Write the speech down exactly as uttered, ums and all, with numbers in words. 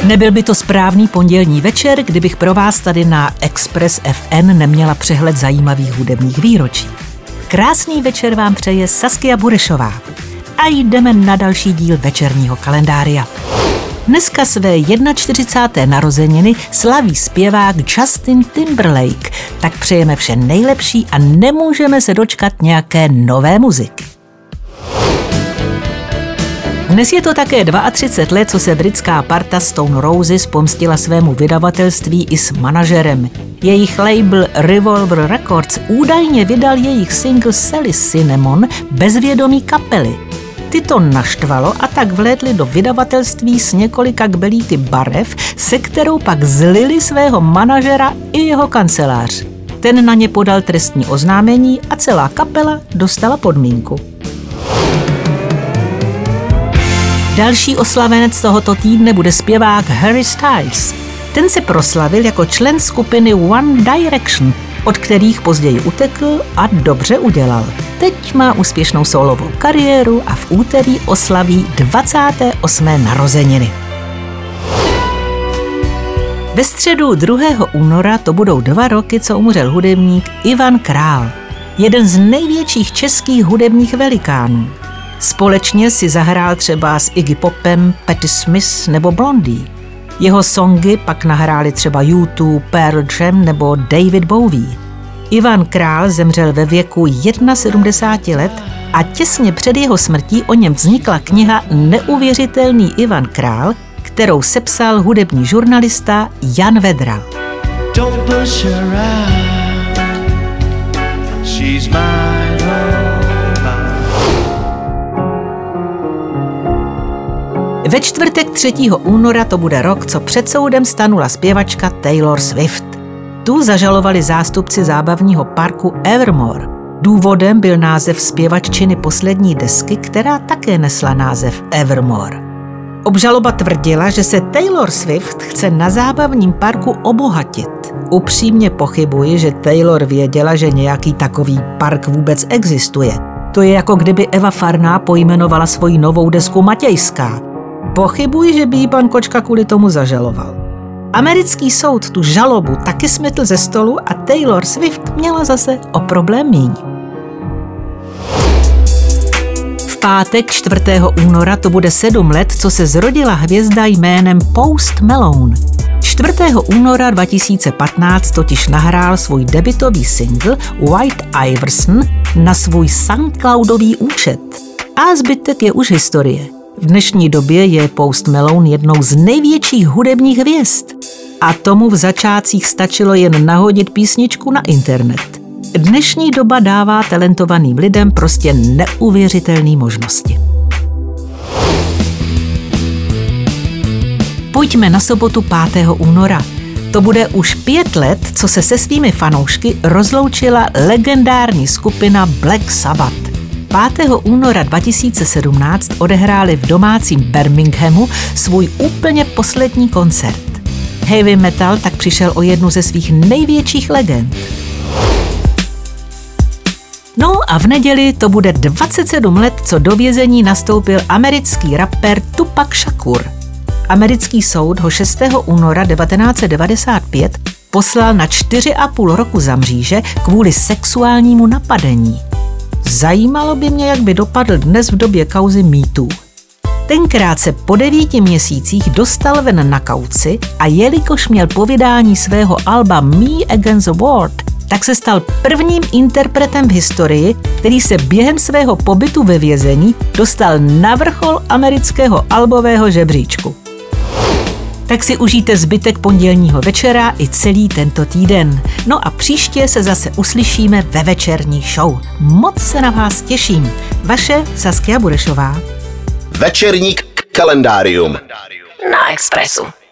Nebyl by to správný pondělní večer, kdybych pro vás tady na Express F N neměla přehled zajímavých hudebních výročí. Krásný večer vám přeje Saskia Burešová. A jdeme na další díl večerního kalendária. Dneska své čtyřicáté první narozeniny slaví zpěvák Justin Timberlake, tak přejeme vše nejlepší a nemůžeme se dočkat nějaké nové muziky. Dnes je to také třicet dva let, co se britská parta Stone Roses pomstila svému vydavatelství i s manažerem. Jejich label Revolver Records údajně vydal jejich single Sally Cinnamon bez vědomí kapely. Ty to naštvalo a tak vlétli do vydavatelství s několika kbelíky barev, se kterou pak zlili svého manažera i jeho kancelář. Ten na ně podal trestní oznámení a celá kapela dostala podmínku. Další oslavenec tohoto týdne bude zpěvák Harry Styles. Ten se proslavil jako člen skupiny One Direction, od kterých později utekl a dobře udělal. Teď má úspěšnou solovou kariéru a v úterý oslaví dvacáté osmé narozeniny. Ve středu druhého února to budou dva roky, co umřel hudebník Ivan Král, jeden z největších českých hudebních velikánů. Společně si zahrál třeba s Iggy Popem, Patti Smith nebo Blondie. Jeho songy pak nahráli třeba U dva, Pearl Jam nebo David Bowie. Ivan Král zemřel ve věku sedmdesáti jedna let a těsně před jeho smrtí o něm vznikla kniha Neuvěřitelný Ivan Král, kterou sepsal hudební žurnalista Jan Vedral. Don't push her out. She's mine, oh mine. Ve čtvrtek třetího února to bude rok, co před soudem stanula zpěvačka Taylor Swift. Tu zažalovali zástupci zábavního parku Evermore. Důvodem byl název zpěvaččiny poslední desky, která také nesla název Evermore. Obžaloba tvrdila, že se Taylor Swift chce na zábavním parku obohatit. Upřímně pochybuji, že Taylor věděla, že nějaký takový park vůbec existuje. To je jako kdyby Eva Farná pojmenovala svoji novou desku Matějská. Pochybuji, že by jí pan Kočka kvůli tomu zažaloval. Americký soud tu žalobu taky smetl ze stolu a Taylor Swift měla zase o problém míň. V pátek čtvrtého února to bude sedm let, co se zrodila hvězda jménem Post Malone. čtvrtého února dva tisíce patnáct totiž nahrál svůj debutový single White Iverson na svůj SoundCloudový účet. A zbytek je už historie. V dnešní době je Post Malone jednou z největších hudebních hvězd. A tomu v začátcích stačilo jen nahodit písničku na internet. Dnešní doba dává talentovaným lidem prostě neuvěřitelné možnosti. Pojďme na sobotu pátého února. To bude už pět let, co se se svými fanoušky rozloučila legendární skupina Black Sabbath. pátého února dva tisíce sedmnáct odehráli v domácím Birminghamu svůj úplně poslední koncert. Heavy metal tak přišel o jednu ze svých největších legend. No a v neděli to bude dvacet sedm let, co do vězení nastoupil americký rapper Tupac Shakur. Americký soud ho šestého února devatenáct set devadesát pět poslal na čtyři a půl roku za mříže kvůli sexuálnímu napadení. Zajímalo by mě, jak by dopadl dnes v době kauzy Me Too. Tenkrát se po devíti měsících dostal ven na kauci a jelikož měl po vydání svého alba Me Against the World, tak se stal prvním interpretem v historii, který se během svého pobytu ve vězení dostal na vrchol amerického albového žebříčku. Tak si užijte zbytek pondělního večera i celý tento týden. No a příště se zase uslyšíme ve večerní show. Moc se na vás těším. Vaše Saskia Burešová. Večerní kalendárium na Expressu.